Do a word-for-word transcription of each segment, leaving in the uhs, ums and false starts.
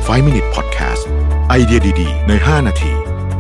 ไฟว์ มินิท Podcast ไอเดียดีๆในห้านาที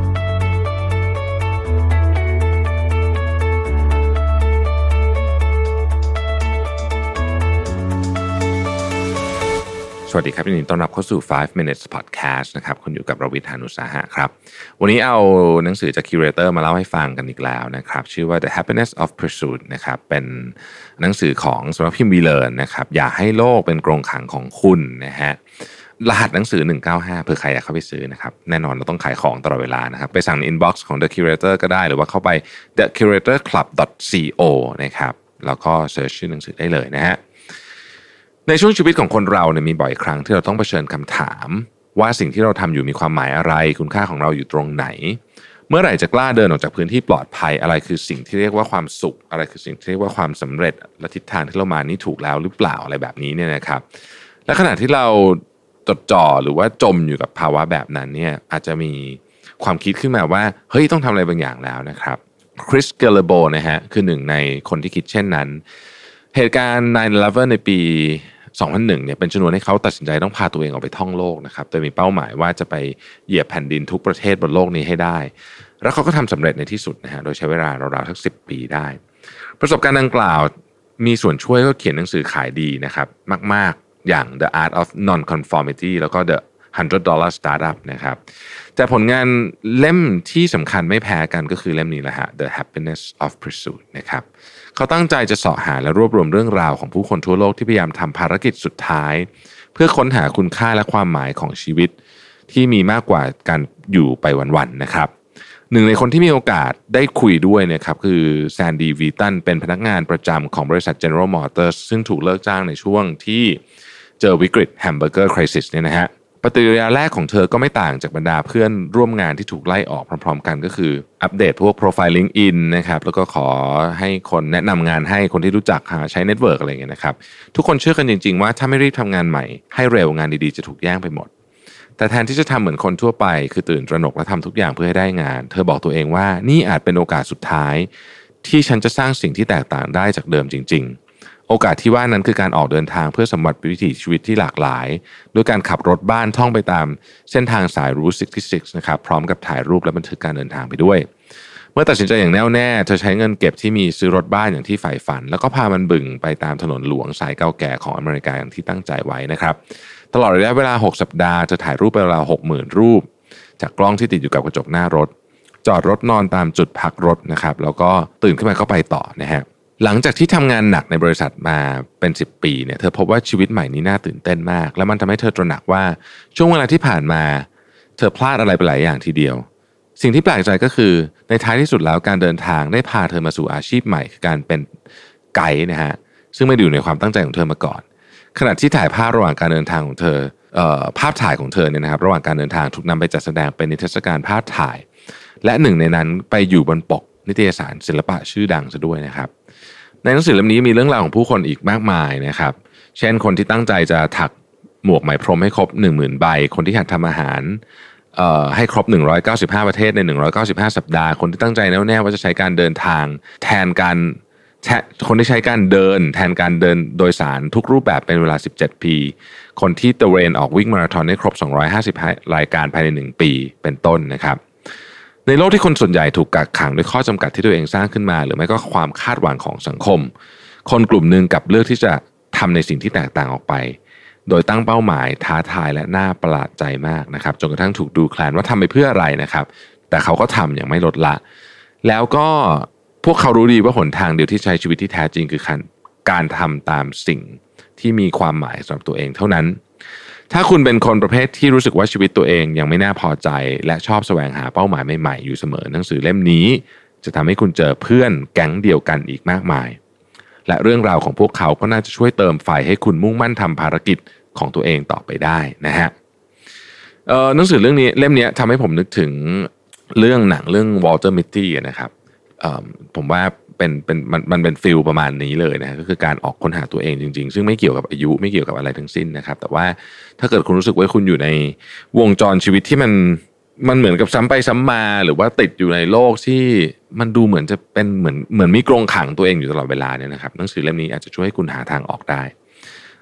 สวัสดีครับยินดีต้อนรับเข้าสู่ไฟว์ มินิท Podcast นะครับคุณอยู่กับรวิทย์ หาญอุตสาหะครับวันนี้เอาหนังสือจาก Curator มาเล่าให้ฟังกันอีกแล้วนะครับชื่อว่า The Happiness of Pursuit นะครับเป็นหนังสือของสำนักพิมพ์ วีเลอร์น นะครับอย่าให้โลกเป็นกรงขังของคุณนะฮะรหัสหนังสือหนึ่งเก้าห้าเผื่อใครอยากเข้าไปซื้อนะครับแน่นอนเราต้องขายของตลอดเวลานะครับไปสั่งใน inbox ของ The Curator ก็ได้หรือว่าเข้าไป เดอะ คิวเรเตอร์ คลับ ดอท ซี โอ นะครับแล้วก็เสิร์ชชื่อหนังสือได้เลยนะฮะในช่วงชีวิตของคนเราเนี่ยมีบ่อยครั้งที่เราต้องเผชิญคำถามว่าสิ่งที่เราทำอยู่มีความหมายอะไรคุณค่าของเราอยู่ตรงไหนเมื่อไหร่จะกล้าเดินออกจากพื้นที่ปลอดภัยอะไรคือสิ่งที่เรียกว่าความสุขอะไรคือสิ่งที่เรียกว่าความสำเร็จและทิศทางที่เรามานี่ถูกแล้วหรือเปล่าอะไรแบบนี้เนี่ยนะครับและขณะที่เราจดจ่อหรือว่าจมอยู่กับภาวะแบบนั้นเนี่ยอาจจะมีความคิดขึ้นมาว่าเฮ้ยต้องทำอะไรบางอย่างแล้วนะครับคริส เกลเลโบนะฮะคือหนึ่งในคนที่คิดเช่นนั้นเหตุการณ์ ไนน์ อีเลฟเว่น ในปีสองพันหนึ่งเนี่ยเป็นชนวนให้เขาตัดสินใจต้องพาตัวเองออกไปท่องโลกนะครับโดยมีเป้าหมายว่าจะไปเหยียบแผ่นดินทุกประเทศบนโลกนี้ให้ได้แล้วเขาก็ทำสำเร็จในที่สุดนะฮะโดยใช้เวลาราวๆสักสิบปีได้ประสบการณ์ดังกล่าวมีส่วนช่วยก็เขียนหนังสือขายดีนะครับมากๆอย่าง The Art of Non-Conformity แล้วก็ The ฮันเดรด ดอลลาร์ Startup นะครับแต่ผลงานเล่มที่สำคัญไม่แพ้กันก็คือเล่มนี้แหละฮะ The Happiness of Pursuit นะครับเขาตั้งใจจะเสาะหาและรวบรวมเรื่องราวของผู้คนทั่วโลกที่พยายามทำภารกิจสุดท้ายเพื่อค้นหาคุณค่าและความหมายของชีวิตที่มีมากกว่าการอยู่ไปวันๆนะครับหนึ่งในคนที่มีโอกาสได้คุยด้วยนะครับคือแซนดี้ วีตันเป็นพนักงานประจำของบริษัท General Motors ซึ่งถูกเลิกจ้างในช่วงที่เจอวิกฤตแฮมเบอร์เกอร์ไครซิสเนี่ยนะฮะปฏิกิริยาแรกของเธอก็ไม่ต่างจากบรรดาเพื่อนร่วมงานที่ถูกไล่ออกพร้อมๆกันก็คืออัปเดตพวกโปรไฟล์ LinkedIn นะครับแล้วก็ขอให้คนแนะนำงานให้คนที่รู้จักหาใช้เน็ตเวิร์กอะไรอย่างเงี้ยนะครับทุกคนเชื่อกันจริงๆว่าถ้าไม่รีบทำงานใหม่ให้เร็วงานดีๆจะถูกแย่งไปหมดแต่แทนที่จะทำเหมือนคนทั่วไปคือตื่นตระหนกและทำทุกอย่างเพื่อให้ได้งานเธอบอกตัวเองว่านี่อาจเป็นโอกาสสุดท้ายที่ฉันจะสร้างสิ่งที่แตกต่างได้จากเดิมจริงๆโอกาสที่ว่านั้นคือการออกเดินทางเพื่อสัมผัสวิถีชีวิตที่หลากหลายโดยการขับรถบ้านท่องไปตามเส้นทางสายรูทซิกซ์ตี้ซิกซ์นะครับพร้อมกับถ่ายรูปและบันทึกการเดินทางไปด้วยเมื่อตัดสินใจอย่างแน่วแน่เธอใช้เงินเก็บที่มีซื้อรถบ้านอย่างที่ใฝ่ฝันแล้วก็พามันบึงไปตามถนนหลวงสายเก่าแก่ของอเมริกาอย่างที่ตั้งใจไว้นะครับตลอดระยะเวลาหกสัปดาห์เธอถ่ายรูปไปราว หกหมื่น รูปจากกล้องที่ติดอยู่กับกระจกหน้ารถจอดรถนอนตามจุดพักรถนะครับแล้วก็ตื่นขึ้นมาก็ไปต่อนะฮะหลังจากที่ทำงานหนักในบริษัทมาเป็นสิบปีเนี่ยเธอพบว่าชีวิตใหม่นี้น่าตื่นเต้นมากและมันทำให้เธอตระหนักว่าช่วงเวลาที่ผ่านมาเธอพลาดอะไรไปหลายอย่างทีเดียวสิ่งที่แปลกใจก็คือในท้ายที่สุดแล้วการเดินทางได้พาเธอมาสู่อาชีพใหม่คือการเป็นไกด์นะฮะซึ่งไม่ได้อยู่ในความตั้งใจของเธอมาก่อนขณะที่ถ่ายภาพระหว่างการเดินทางของเธอเอ่อภาพถ่ายของเธอเนี่ยนะครับระหว่างการเดินทางถูกนำไปจัดแสดงเป็นนิทรรศการภาพถ่ายและหนึ่งในนั้นไปอยู่บนปกนิตยสารศิลปะชื่อดังซะด้วยนะครับในหนังสือเล่มนี้มีเรื่องราวของผู้คนอีกมากมายนะครับเช่นคนที่ตั้งใจจะถักหมวกไหมพรมให้ครบ หนึ่งหมื่น ใบคนที่หัดทำอาหารเอ่อให้ครบหนึ่งร้อยเก้าสิบห้าประเทศในหนึ่งร้อยเก้าสิบห้าสัปดาห์คนที่ตั้งใจแน่วแน่ว่าจะใช้การเดินทางแทนการคนที่ใช้การเดินแทนการเดินโดยสารทุกรูปแบบเป็นเวลาสิบเจ็ดปีคนที่ตระเวนออกวิ่งมาราธอนให้ครบสองร้อยห้าสิบรายการภายในหนึ่งปีเป็นต้นนะครับในโลกที่คนส่วนใหญ่ถูกกักขังด้วยข้อจำกัดที่ตัวเองสร้างขึ้นมาหรือไม่ก็ความคาดหวังของสังคมคนกลุ่มหนึ่งกับเลือกที่จะทำในสิ่งที่แตกต่างออกไปโดยตั้งเป้าหมายท้าทายและน่าประหลาดใจมากนะครับจนกระทั่งถูกดูแคลนว่าทำไปเพื่ออะไรนะครับแต่เขาก็ทำอย่างไม่ลดละแล้วก็พวกเขารู้ดีว่าหนทางเดียวที่ใช้ชีวิตที่แท้จริงคือการทำตามสิ่งที่มีความหมายสำหรับตัวเองเท่านั้นถ้าคุณเป็นคนประเภทที่รู้สึกว่าชีวิตตัวเองยังไม่น่าพอใจและชอบแสวงหาเป้าหมายใหม่ๆอยู่เสมอหนังสือเล่มนี้จะทำให้คุณเจอเพื่อนแก๊งเดียวกันอีกมากมายและเรื่องราวของพวกเขาก็น่าจะช่วยเติมไฟให้คุณมุ่งมั่นทำภารกิจของตัวเองต่อไปได้นะฮะเอ่อหนังสือเรื่องนี้เล่มนี้ทำให้ผมนึกถึงเรื่องหนังเรื่องวอลเตอร์มิตตี้นะครับเอ่อผมว่าเป็นเป็นมันมันเป็นฟิลประมาณนี้เลยนะก็คือการออกค้นหาตัวเองจริงๆซึ่งไม่เกี่ยวกับอายุไม่เกี่ยวกับอะไรทั้งสิ้นนะครับแต่ว่าถ้าเกิดคุณรู้สึกว่าคุณอยู่ในวงจรชีวิตที่มันมันเหมือนกับซ้ำไปซ้ำมาหรือว่าติดอยู่ในโลกที่มันดูเหมือนจะเป็นเหมือนเหมือนมีกรงขังตัวเองอยู่ตลอดเวลาเนี่ยนะครับหนังสือเล่มนี้อาจจะช่วยให้คุณหาทางออกได้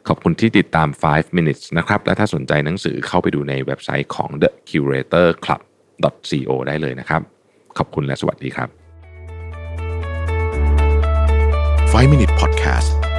ขอบคุณที่ติดตามไฟว์ minutes นะครับและถ้าสนใจหนังสือเข้าไปดูในเว็บไซต์ของ the curator club dot co ได้เลยนะครับขอบคุณและสวัสดีครับไฟว์ minute podcast